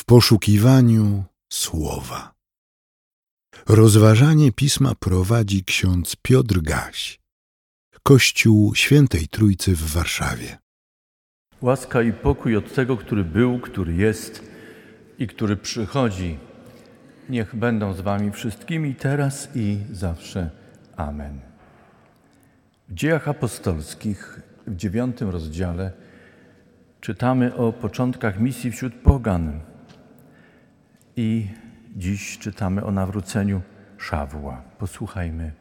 poszukiwaniu słowa. Rozważanie Pisma prowadzi ksiądz Piotr Gaś, Kościół Świętej Trójcy w Warszawie. Łaska i pokój od Tego, który był, który jest i który przychodzi. Niech będą z wami wszystkimi teraz i zawsze. Amen. W Dziejach Apostolskich w 9 rozdziale czytamy o początkach misji wśród pogan i dziś czytamy o nawróceniu Szawła. Posłuchajmy.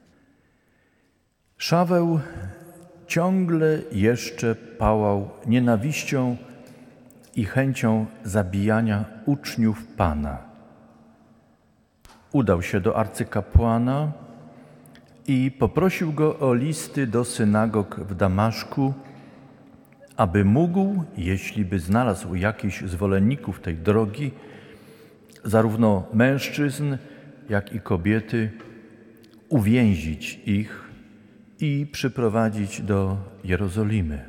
Szaweł ciągle jeszcze pałał nienawiścią i chęcią zabijania uczniów Pana. Udał się do arcykapłana i poprosił go o listy do synagog w Damaszku, aby mógł, jeśli by znalazł jakichś zwolenników tej drogi, zarówno mężczyzn, jak i kobiety, uwięzić ich i przyprowadzić do Jerozolimy.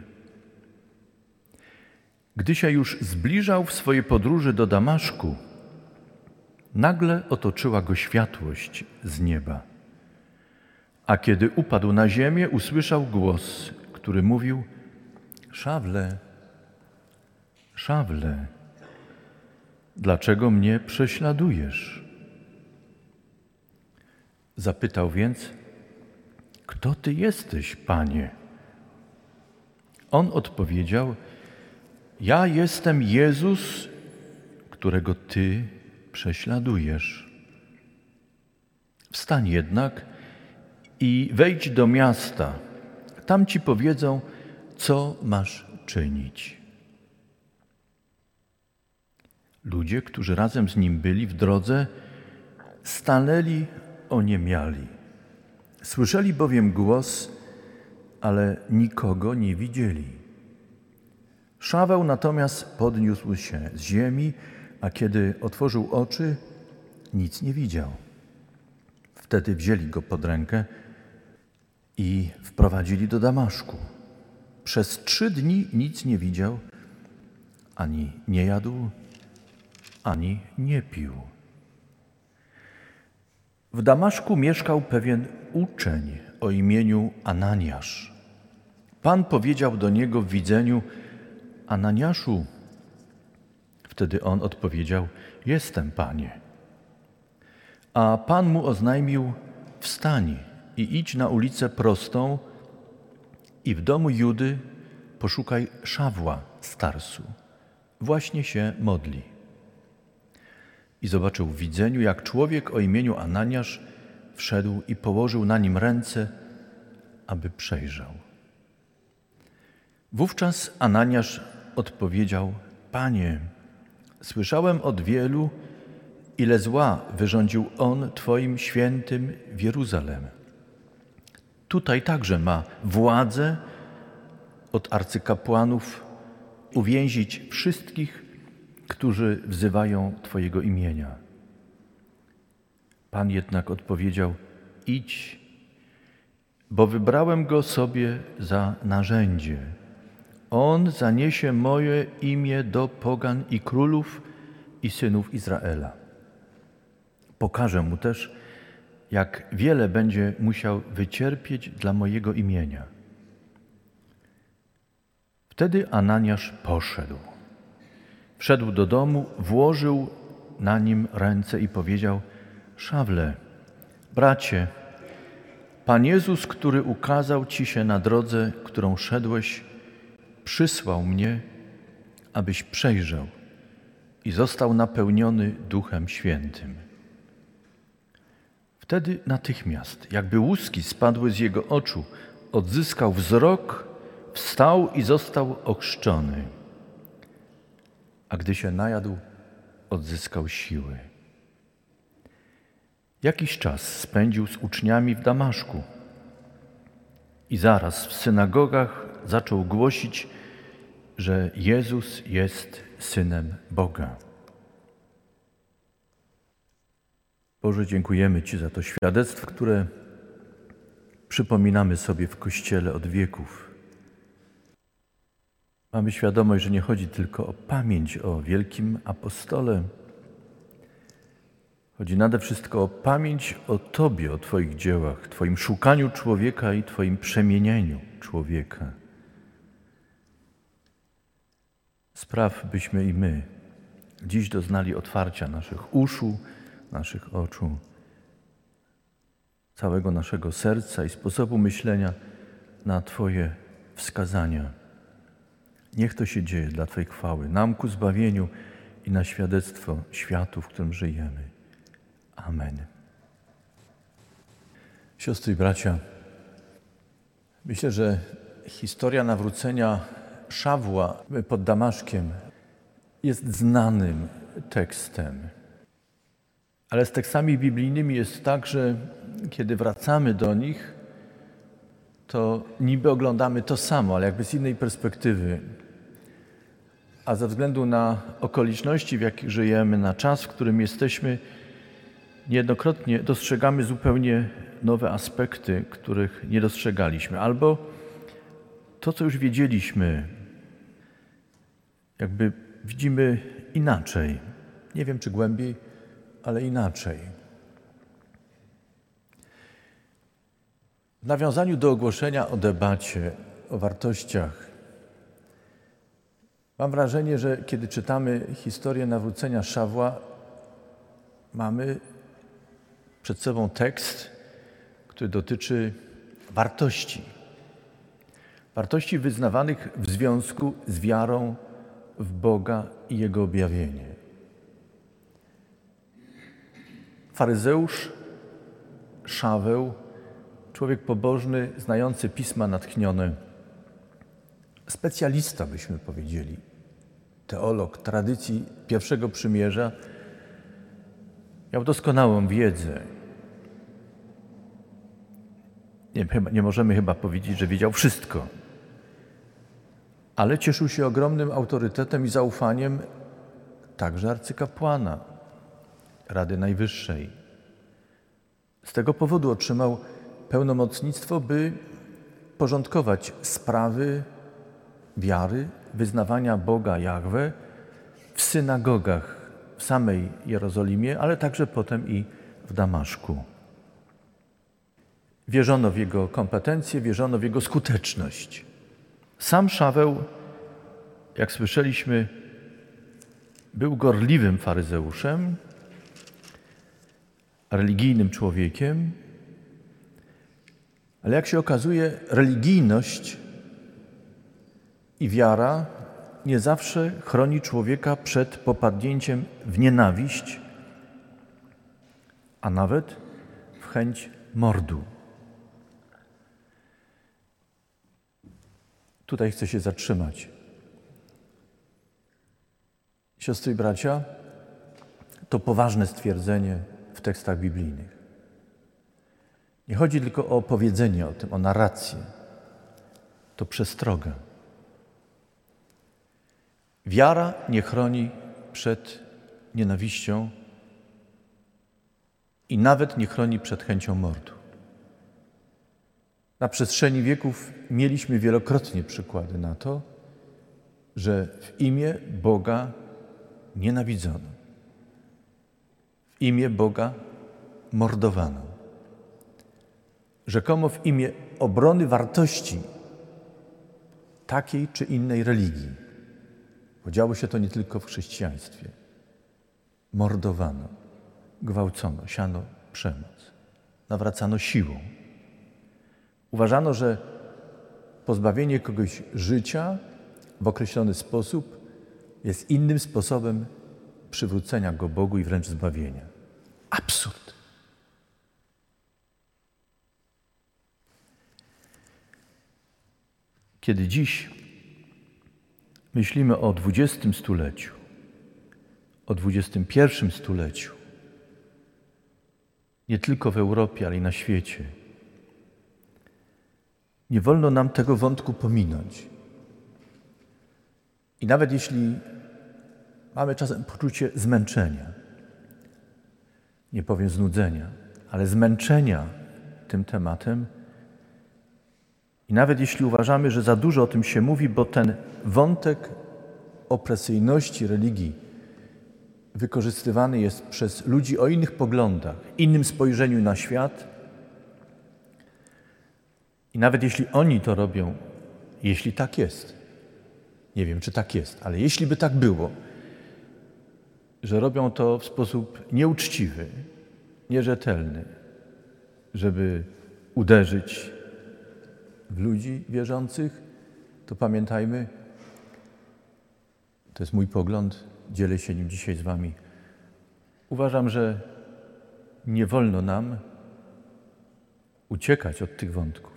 Gdy się już zbliżał w swojej podróży do Damaszku, nagle otoczyła go światłość z nieba. A kiedy upadł na ziemię, usłyszał głos, który mówił: Szawle, Szawle, dlaczego mnie prześladujesz? Zapytał więc: Kto Ty jesteś, Panie? On odpowiedział: Ja jestem Jezus, którego Ty prześladujesz. Wstań jednak i wejdź do miasta. Tam Ci powiedzą, co masz czynić. Ludzie, którzy razem z nim byli w drodze, stanęli oniemiali. Słyszeli bowiem głos, ale nikogo nie widzieli. Szaweł natomiast podniósł się z ziemi, a kiedy otworzył oczy, nic nie widział. Wtedy wzięli go pod rękę i wprowadzili do Damaszku. Przez 3 dni nic nie widział, ani nie jadł, ani nie pił. W Damaszku mieszkał pewien uczeń o imieniu Ananiasz. Pan powiedział do niego w widzeniu: Ananiaszu. Wtedy on odpowiedział: Jestem, Panie. A Pan mu oznajmił: Wstań i idź na ulicę prostą i w domu Judy poszukaj Szawła z Tarsu. Właśnie się modli. I zobaczył w widzeniu, jak człowiek o imieniu Ananiasz wszedł i położył na nim ręce, aby przejrzał. Wówczas Ananiasz odpowiedział: Panie, słyszałem od wielu, ile zła wyrządził on Twoim świętym w Jeruzalem. Tutaj także ma władzę od arcykapłanów uwięzić wszystkich, którzy wzywają Twojego imienia. Pan jednak odpowiedział: Idź, bo wybrałem go sobie za narzędzie. On zaniesie moje imię do pogan i królów i synów Izraela. Pokażę mu też, jak wiele będzie musiał wycierpieć dla mojego imienia. Wtedy Ananiasz poszedł. Wszedł do domu, włożył na nim ręce i powiedział: Szawle, bracie, Pan Jezus, który ukazał Ci się na drodze, którą szedłeś, przysłał mnie, abyś przejrzał i został napełniony Duchem Świętym. Wtedy natychmiast, jakby łuski spadły z jego oczu, odzyskał wzrok, wstał i został ochrzczony. A gdy się najadł, odzyskał siły. Jakiś czas spędził z uczniami w Damaszku i zaraz w synagogach zaczął głosić, że Jezus jest Synem Boga. Boże, dziękujemy Ci za to świadectwo, które przypominamy sobie w Kościele od wieków. Mamy świadomość, że nie chodzi tylko o pamięć o wielkim apostole. Chodzi nade wszystko o pamięć o Tobie, o Twoich dziełach, Twoim szukaniu człowieka i Twoim przemienieniu człowieka. Spraw, byśmy i my dziś doznali otwarcia naszych uszu, naszych oczu, całego naszego serca i sposobu myślenia na Twoje wskazania. Niech to się dzieje dla Twojej chwały, nam ku zbawieniu i na świadectwo światu, w którym żyjemy. Amen. Siostry i bracia, myślę, że historia nawrócenia Szawła pod Damaszkiem jest znanym tekstem. Ale z tekstami biblijnymi jest tak, że kiedy wracamy do nich, to niby oglądamy to samo, ale jakby z innej perspektywy. A ze względu na okoliczności, w jakich żyjemy, na czas, w którym jesteśmy, niejednokrotnie dostrzegamy zupełnie nowe aspekty, których nie dostrzegaliśmy. Albo to, co już wiedzieliśmy, jakby widzimy inaczej. Nie wiem, czy głębiej, ale inaczej. W nawiązaniu do ogłoszenia o debacie, o wartościach, mam wrażenie, że kiedy czytamy historię nawrócenia Szawła, mamy przed sobą tekst, który dotyczy wartości. Wartości wyznawanych w związku z wiarą w Boga i Jego objawienie. Faryzeusz Szaweł, człowiek pobożny, znający Pisma natchnione, specjalista, byśmy powiedzieli, teolog tradycji Pierwszego Przymierza, miał doskonałą wiedzę. Nie możemy chyba powiedzieć, że wiedział wszystko, ale cieszył się ogromnym autorytetem i zaufaniem także arcykapłana, Rady Najwyższej. Z tego powodu otrzymał pełnomocnictwo, by porządkować sprawy wiary, wyznawania Boga Jahwe w synagogach w samej Jerozolimie, ale także potem i w Damaszku. Wierzono w jego kompetencje, wierzono w jego skuteczność. Sam Szaweł, jak słyszeliśmy, był gorliwym faryzeuszem, religijnym człowiekiem, ale jak się okazuje, religijność i wiara nie zawsze chroni człowieka przed popadnięciem w nienawiść, a nawet w chęć mordu. Tutaj chcę się zatrzymać. Siostry i bracia, to poważne stwierdzenie w tekstach biblijnych. Nie chodzi tylko o powiedzenie o tym, o narrację. To przestroga. Wiara nie chroni przed nienawiścią i nawet nie chroni przed chęcią mordu. Na przestrzeni wieków mieliśmy wielokrotnie przykłady na to, że w imię Boga nienawidzono. W imię Boga mordowano. Rzekomo w imię obrony wartości takiej czy innej religii. Bo działo się to nie tylko w chrześcijaństwie. Mordowano, gwałcono, siano przemoc, nawracano siłą. Uważano, że pozbawienie kogoś życia w określony sposób jest innym sposobem przywrócenia go Bogu i wręcz zbawienia. Absurd. Kiedy dziś myślimy o XX stuleciu, o XXI stuleciu, nie tylko w Europie, ale i na świecie, nie wolno nam tego wątku pominąć. I nawet jeśli mamy czasem poczucie zmęczenia, nie powiem znudzenia, ale zmęczenia tym tematem, I nawet jeśli uważamy, że za dużo o tym się mówi, bo ten wątek opresyjności religii wykorzystywany jest przez ludzi o innych poglądach, innym spojrzeniu na świat. I nawet jeśli oni to robią, jeśli tak jest, nie wiem, czy tak jest, ale jeśli by tak było, że robią to w sposób nieuczciwy, nierzetelny, żeby uderzyć w ludzi wierzących, to pamiętajmy, to jest mój pogląd, dzielę się nim dzisiaj z wami. Uważam, że nie wolno nam uciekać od tych wątków.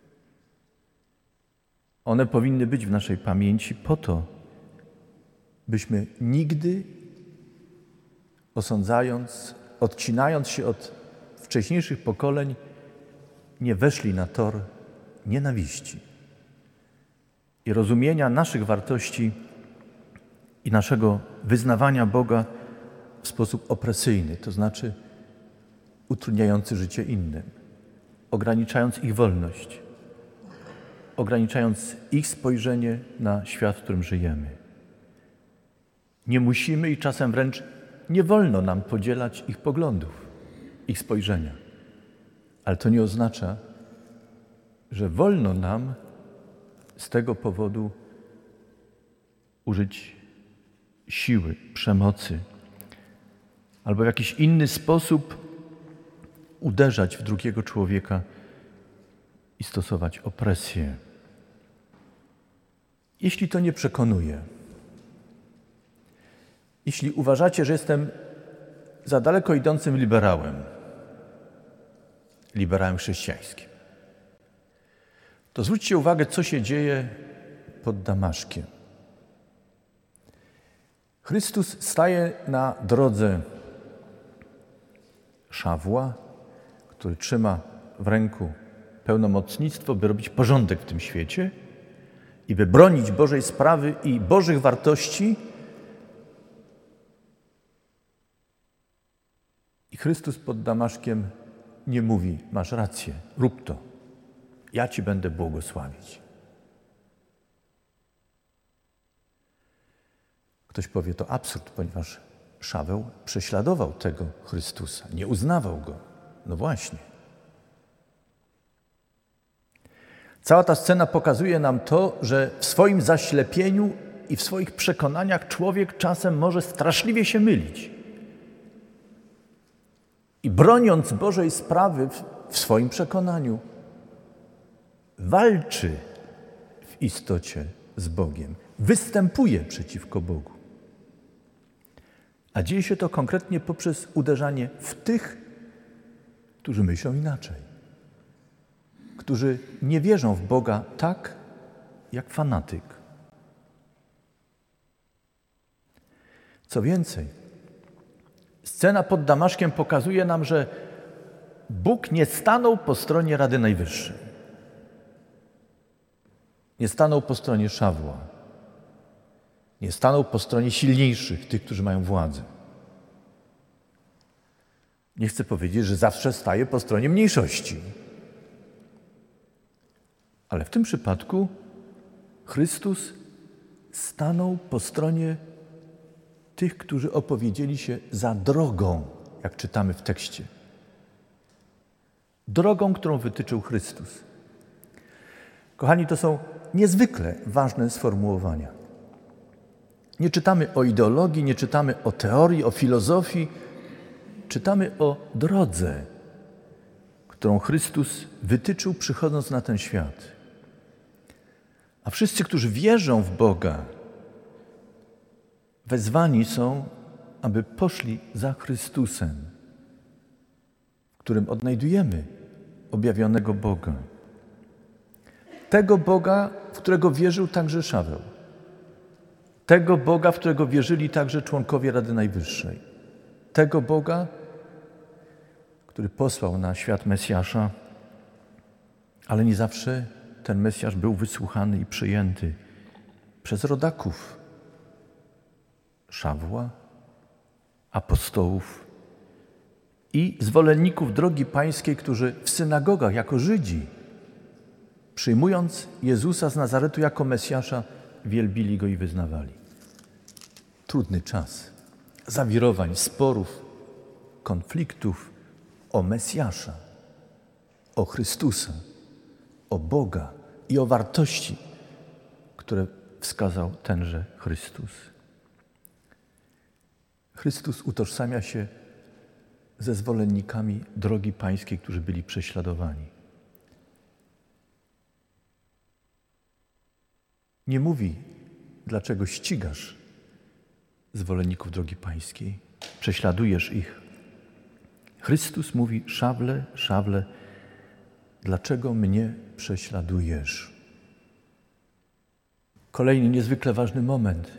One powinny być w naszej pamięci po to, byśmy nigdy, osądzając, odcinając się od wcześniejszych pokoleń, nie weszli na tor nienawiści i rozumienia naszych wartości i naszego wyznawania Boga w sposób opresyjny, to znaczy utrudniający życie innym, ograniczając ich wolność, ograniczając ich spojrzenie na świat, w którym żyjemy. Nie musimy i czasem wręcz nie wolno nam podzielać ich poglądów, ich spojrzenia. Ale to nie oznacza, że wolno nam z tego powodu użyć siły, przemocy albo w jakiś inny sposób uderzać w drugiego człowieka i stosować opresję. Jeśli to nie przekonuje, jeśli uważacie, że jestem za daleko idącym liberałem chrześcijańskim, to zwróćcie uwagę, co się dzieje pod Damaszkiem. Chrystus staje na drodze Szawła, który trzyma w ręku pełnomocnictwo, by robić porządek w tym świecie i by bronić Bożej sprawy i Bożych wartości. I Chrystus pod Damaszkiem nie mówi: masz rację, rób to, ja ci będę błogosławić. Ktoś powie, to absurd, ponieważ Szaweł prześladował tego Chrystusa, nie uznawał Go. No właśnie. Cała ta scena pokazuje nam to, że w swoim zaślepieniu i w swoich przekonaniach człowiek czasem może straszliwie się mylić. I broniąc Bożej sprawy w swoim przekonaniu, walczy w istocie z Bogiem, występuje przeciwko Bogu. A dzieje się to konkretnie poprzez uderzanie w tych, którzy myślą inaczej, którzy nie wierzą w Boga tak, jak fanatyk. Co więcej, scena pod Damaszkiem pokazuje nam, że Bóg nie stanął po stronie Rady Najwyższej. Nie stanął po stronie Szawła. Nie stanął po stronie silniejszych, tych, którzy mają władzę. Nie chcę powiedzieć, że zawsze staje po stronie mniejszości. Ale w tym przypadku Chrystus stanął po stronie tych, którzy opowiedzieli się za drogą, jak czytamy w tekście. Drogą, którą wytyczył Chrystus. Kochani, to są niezwykle ważne sformułowania. Nie czytamy o ideologii, nie czytamy o teorii, o filozofii. Czytamy o drodze, którą Chrystus wytyczył, przychodząc na ten świat. A wszyscy, którzy wierzą w Boga, wezwani są, aby poszli za Chrystusem, w którym odnajdujemy objawionego Boga. Tego Boga, w którego wierzył także Szaweł. Tego Boga, w którego wierzyli także członkowie Rady Najwyższej. Tego Boga, który posłał na świat Mesjasza, ale nie zawsze ten Mesjasz był wysłuchany i przyjęty przez rodaków Szawła, apostołów i zwolenników drogi pańskiej, którzy w synagogach jako Żydzi przyjmując Jezusa z Nazaretu jako Mesjasza, wielbili Go i wyznawali. Trudny czas zawirowań, sporów, konfliktów o Mesjasza, o Chrystusa, o Boga i o wartości, które wskazał tenże Chrystus. Chrystus utożsamia się ze zwolennikami drogi pańskiej, którzy byli prześladowani. Nie mówi, dlaczego ścigasz zwolenników drogi pańskiej, prześladujesz ich. Chrystus mówi: Szawle, Szawle, dlaczego mnie prześladujesz? Kolejny niezwykle ważny moment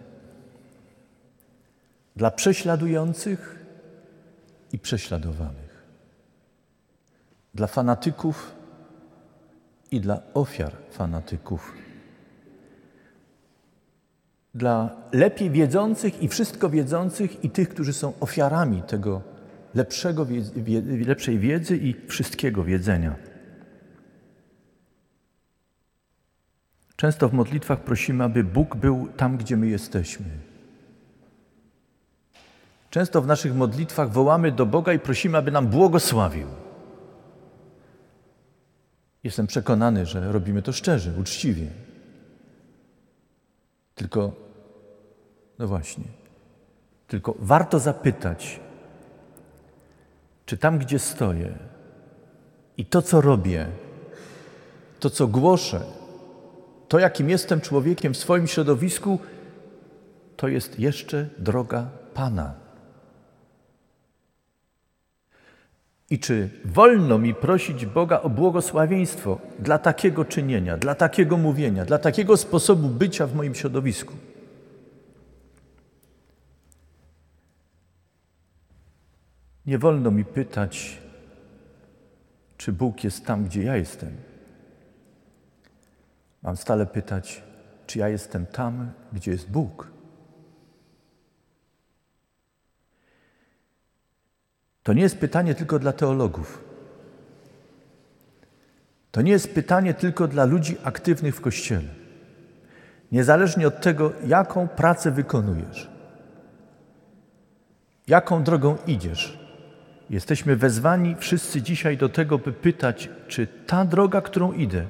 dla prześladujących i prześladowanych, dla fanatyków i dla ofiar fanatyków, dla lepiej wiedzących i wszystko wiedzących i tych, którzy są ofiarami tego lepszej wiedzy i wszystkiego wiedzenia. Często w modlitwach prosimy, aby Bóg był tam, gdzie my jesteśmy. Często w naszych modlitwach wołamy do Boga i prosimy, aby nam błogosławił. Jestem przekonany, że robimy to szczerze, uczciwie. Tylko warto zapytać, czy tam, gdzie stoję i to, co robię, to, co głoszę, to, jakim jestem człowiekiem w swoim środowisku, to jest jeszcze droga Pana. I czy wolno mi prosić Boga o błogosławieństwo dla takiego czynienia, dla takiego mówienia, dla takiego sposobu bycia w moim środowisku? Nie wolno mi pytać, czy Bóg jest tam, gdzie ja jestem. Mam stale pytać, czy ja jestem tam, gdzie jest Bóg. To nie jest pytanie tylko dla teologów. To nie jest pytanie tylko dla ludzi aktywnych w Kościele. Niezależnie od tego, jaką pracę wykonujesz, jaką drogą idziesz, jesteśmy wezwani wszyscy dzisiaj do tego, by pytać, czy ta droga, którą idę,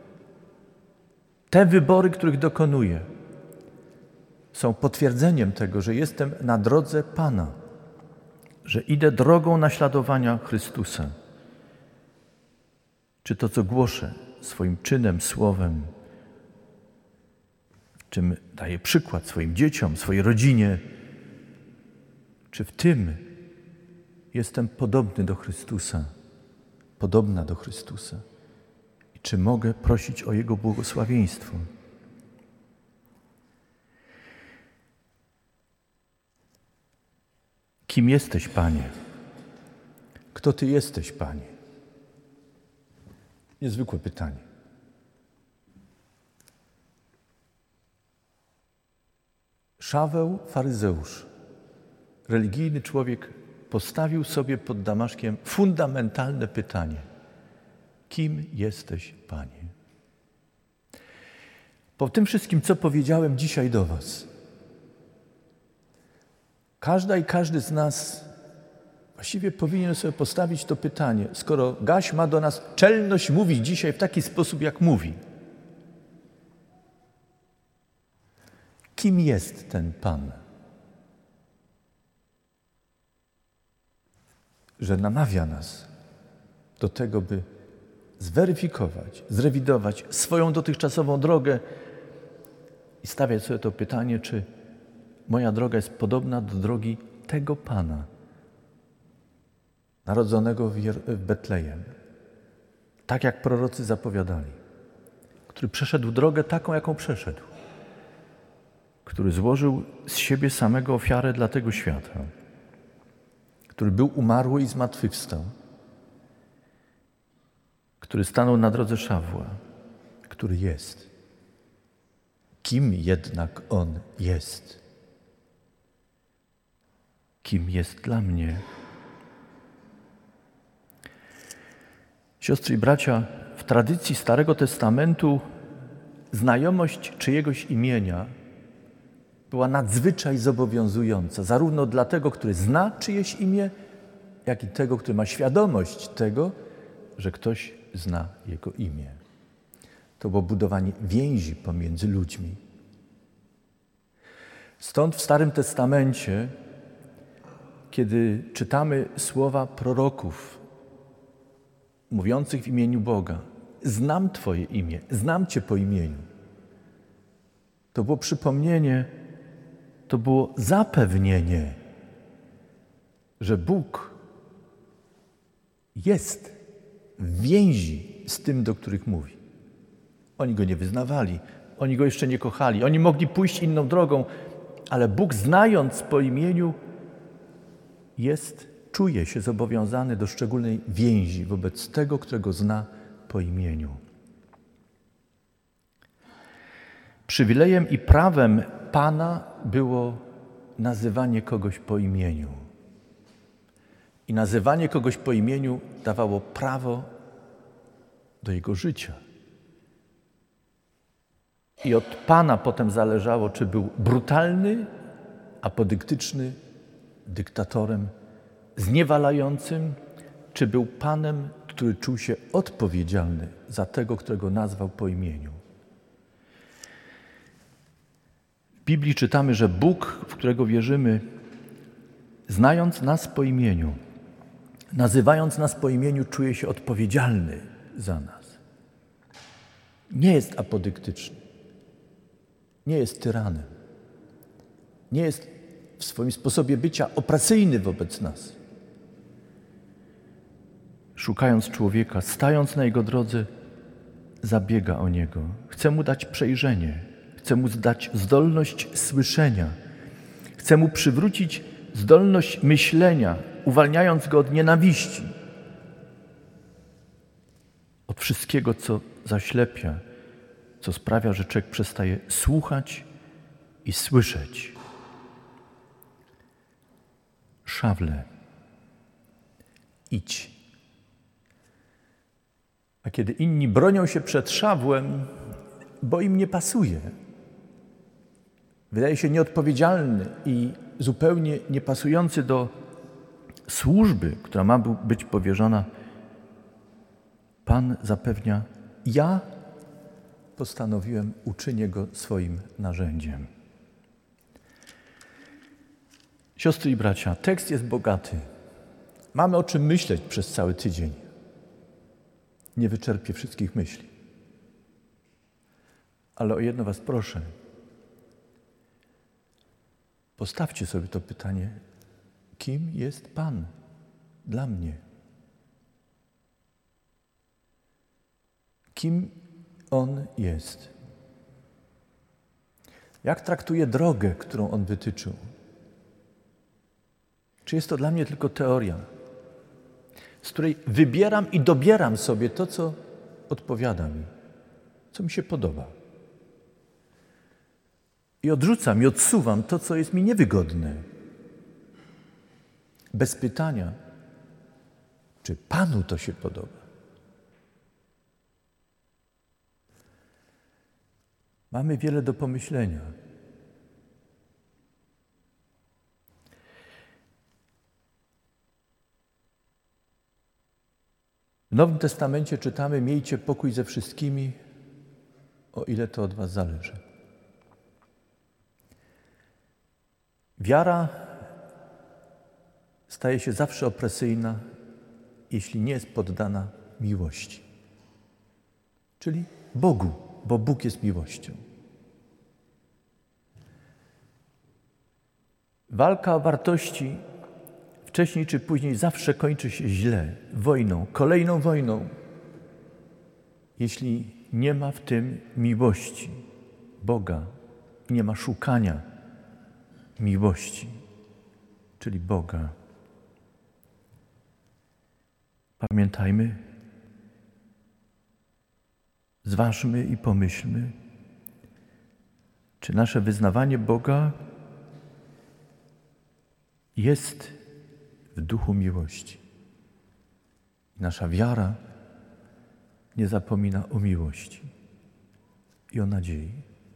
te wybory, których dokonuję, są potwierdzeniem tego, że jestem na drodze Pana, że idę drogą naśladowania Chrystusa. Czy to, co głoszę swoim czynem, słowem, czym daję przykład swoim dzieciom, swojej rodzinie, czy w tym jestem podobny do Chrystusa, podobna do Chrystusa? I czy mogę prosić o Jego błogosławieństwo? Kim jesteś, Panie? Kto Ty jesteś, Panie? Niezwykłe pytanie. Szaweł, faryzeusz, religijny człowiek, postawił sobie pod Damaszkiem fundamentalne pytanie. Kim jesteś, Panie? Po tym wszystkim, co powiedziałem dzisiaj do was, każda i każdy z nas właściwie powinien sobie postawić to pytanie, skoro Gaś ma do nas czelność mówić dzisiaj w taki sposób, jak mówi. Kim jest ten Pan? Że namawia nas do tego, by zweryfikować, zrewidować swoją dotychczasową drogę i stawiać sobie to pytanie, czy moja droga jest podobna do drogi tego Pana, narodzonego w Betlejem, tak jak prorocy zapowiadali, który przeszedł drogę taką, jaką przeszedł, który złożył z siebie samego ofiarę dla tego świata, który był umarły i zmartwychwstał, który stanął na drodze Szawła, który jest. Kim jednak On jest? Kim jest dla mnie? Siostry i bracia, w tradycji Starego Testamentu znajomość czyjegoś imienia była nadzwyczaj zobowiązująca, zarówno dla tego, który zna czyjeś imię, jak i tego, który ma świadomość tego, że ktoś zna jego imię. To było budowanie więzi pomiędzy ludźmi. Stąd w Starym Testamencie, kiedy czytamy słowa proroków mówiących w imieniu Boga, znam Twoje imię, znam Cię po imieniu, to było przypomnienie, to było zapewnienie, że Bóg jest w więzi z tym, do których mówi. Oni Go nie wyznawali, oni Go jeszcze nie kochali, oni mogli pójść inną drogą, ale Bóg, znając po imieniu, czuje się zobowiązany do szczególnej więzi wobec tego, którego zna po imieniu. Przywilejem i prawem Pana było nazywanie kogoś po imieniu. I nazywanie kogoś po imieniu dawało prawo do jego życia. I od Pana potem zależało, czy był brutalny, apodyktyczny, dyktatorem, zniewalającym, czy był Panem, który czuł się odpowiedzialny za tego, którego nazwał po imieniu. W Biblii czytamy, że Bóg, w którego wierzymy, znając nas po imieniu, nazywając nas po imieniu, czuje się odpowiedzialny za nas. Nie jest apodyktyczny, nie jest tyranem, nie jest w swoim sposobie bycia opresyjny wobec nas. Szukając człowieka, stając na jego drodze, zabiega o niego. Chce mu dać przejrzenie, chce mu dać zdolność słyszenia, chce mu przywrócić zdolność myślenia, uwalniając go od nienawiści, od wszystkiego, co zaślepia, co sprawia, że człowiek przestaje słuchać i słyszeć. Szawle, idź. A kiedy inni bronią się przed szawłem, bo im nie pasuje, wydaje się nieodpowiedzialny i zupełnie niepasujący do służby, która ma być powierzona, Pan zapewnia: ja postanowiłem, uczynię go swoim narzędziem. Siostry i bracia, tekst jest bogaty. Mamy o czym myśleć przez cały tydzień. Nie wyczerpię wszystkich myśli. Ale o jedno was proszę. Postawcie sobie to pytanie: kim jest Pan dla mnie? Kim On jest? Jak traktuję drogę, którą On wytyczył? Czy jest to dla mnie tylko teoria, z której wybieram i dobieram sobie to, co odpowiada mi, co mi się podoba? I odrzucam i odsuwam to, co jest mi niewygodne. Bez pytania, czy Panu to się podoba. Mamy wiele do pomyślenia. W Nowym Testamencie czytamy: miejcie pokój ze wszystkimi, o ile to od was zależy. Wiara staje się zawsze opresyjna, jeśli nie jest poddana miłości. Czyli Bogu, bo Bóg jest miłością. Walka o wartości wcześniej czy później zawsze kończy się źle, wojną, kolejną wojną, jeśli nie ma w tym miłości Boga, nie ma szukania miłości, czyli Boga. Pamiętajmy, zważmy i pomyślmy, czy nasze wyznawanie Boga jest w duchu miłości. Nasza wiara nie zapomina o miłości i o nadziei.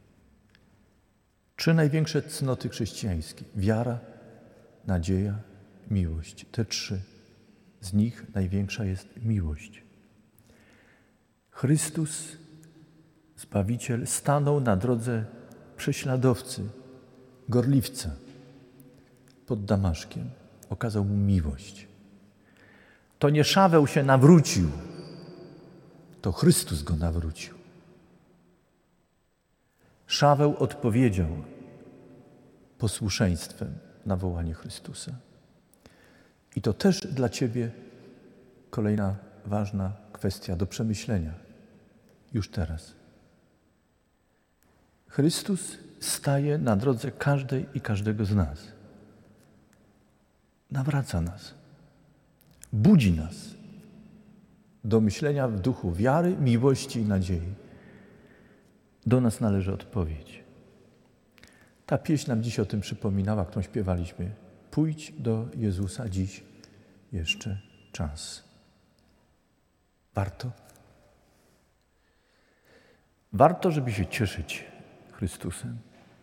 3 największe cnoty chrześcijańskie: wiara, nadzieja, miłość. Te 3. Z nich największa jest miłość. Chrystus, Zbawiciel, stanął na drodze prześladowcy, gorliwca pod Damaszkiem. Okazał mu miłość. To nie Szaweł się nawrócił, to Chrystus go nawrócił. Szaweł odpowiedział posłuszeństwem na wołanie Chrystusa. I to też dla ciebie kolejna ważna kwestia do przemyślenia już teraz. Chrystus staje na drodze każdej i każdego z nas. Nawraca nas. Budzi nas do myślenia w duchu wiary, miłości i nadziei. Do nas należy odpowiedź. Ta pieśń nam dziś o tym przypominała, którą śpiewaliśmy. Pójdź do Jezusa, dziś jeszcze czas. Warto? Warto, żeby się cieszyć Chrystusem,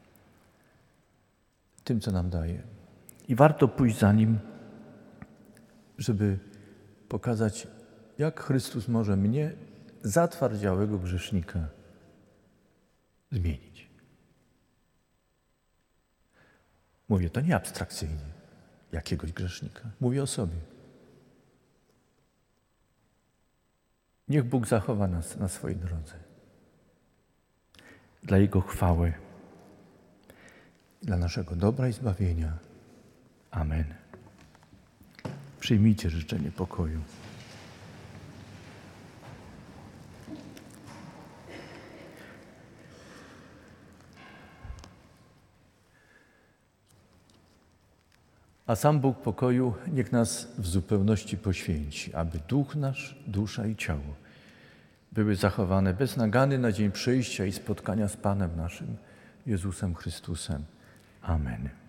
tym, co nam daje. I warto pójść za Nim, żeby pokazać, jak Chrystus może mnie, zatwardziałego grzesznika, zmienić. Mówię to nie abstrakcyjnie, jakiegoś grzesznika. Mówię o sobie. Niech Bóg zachowa nas na swojej drodze. Dla Jego chwały, dla naszego dobra i zbawienia. Amen. Przyjmijcie życzenie pokoju. A sam Bóg pokoju niech nas w zupełności poświęci, aby duch nasz, dusza i ciało były zachowane bez nagany na dzień przyjścia i spotkania z Panem naszym, Jezusem Chrystusem. Amen.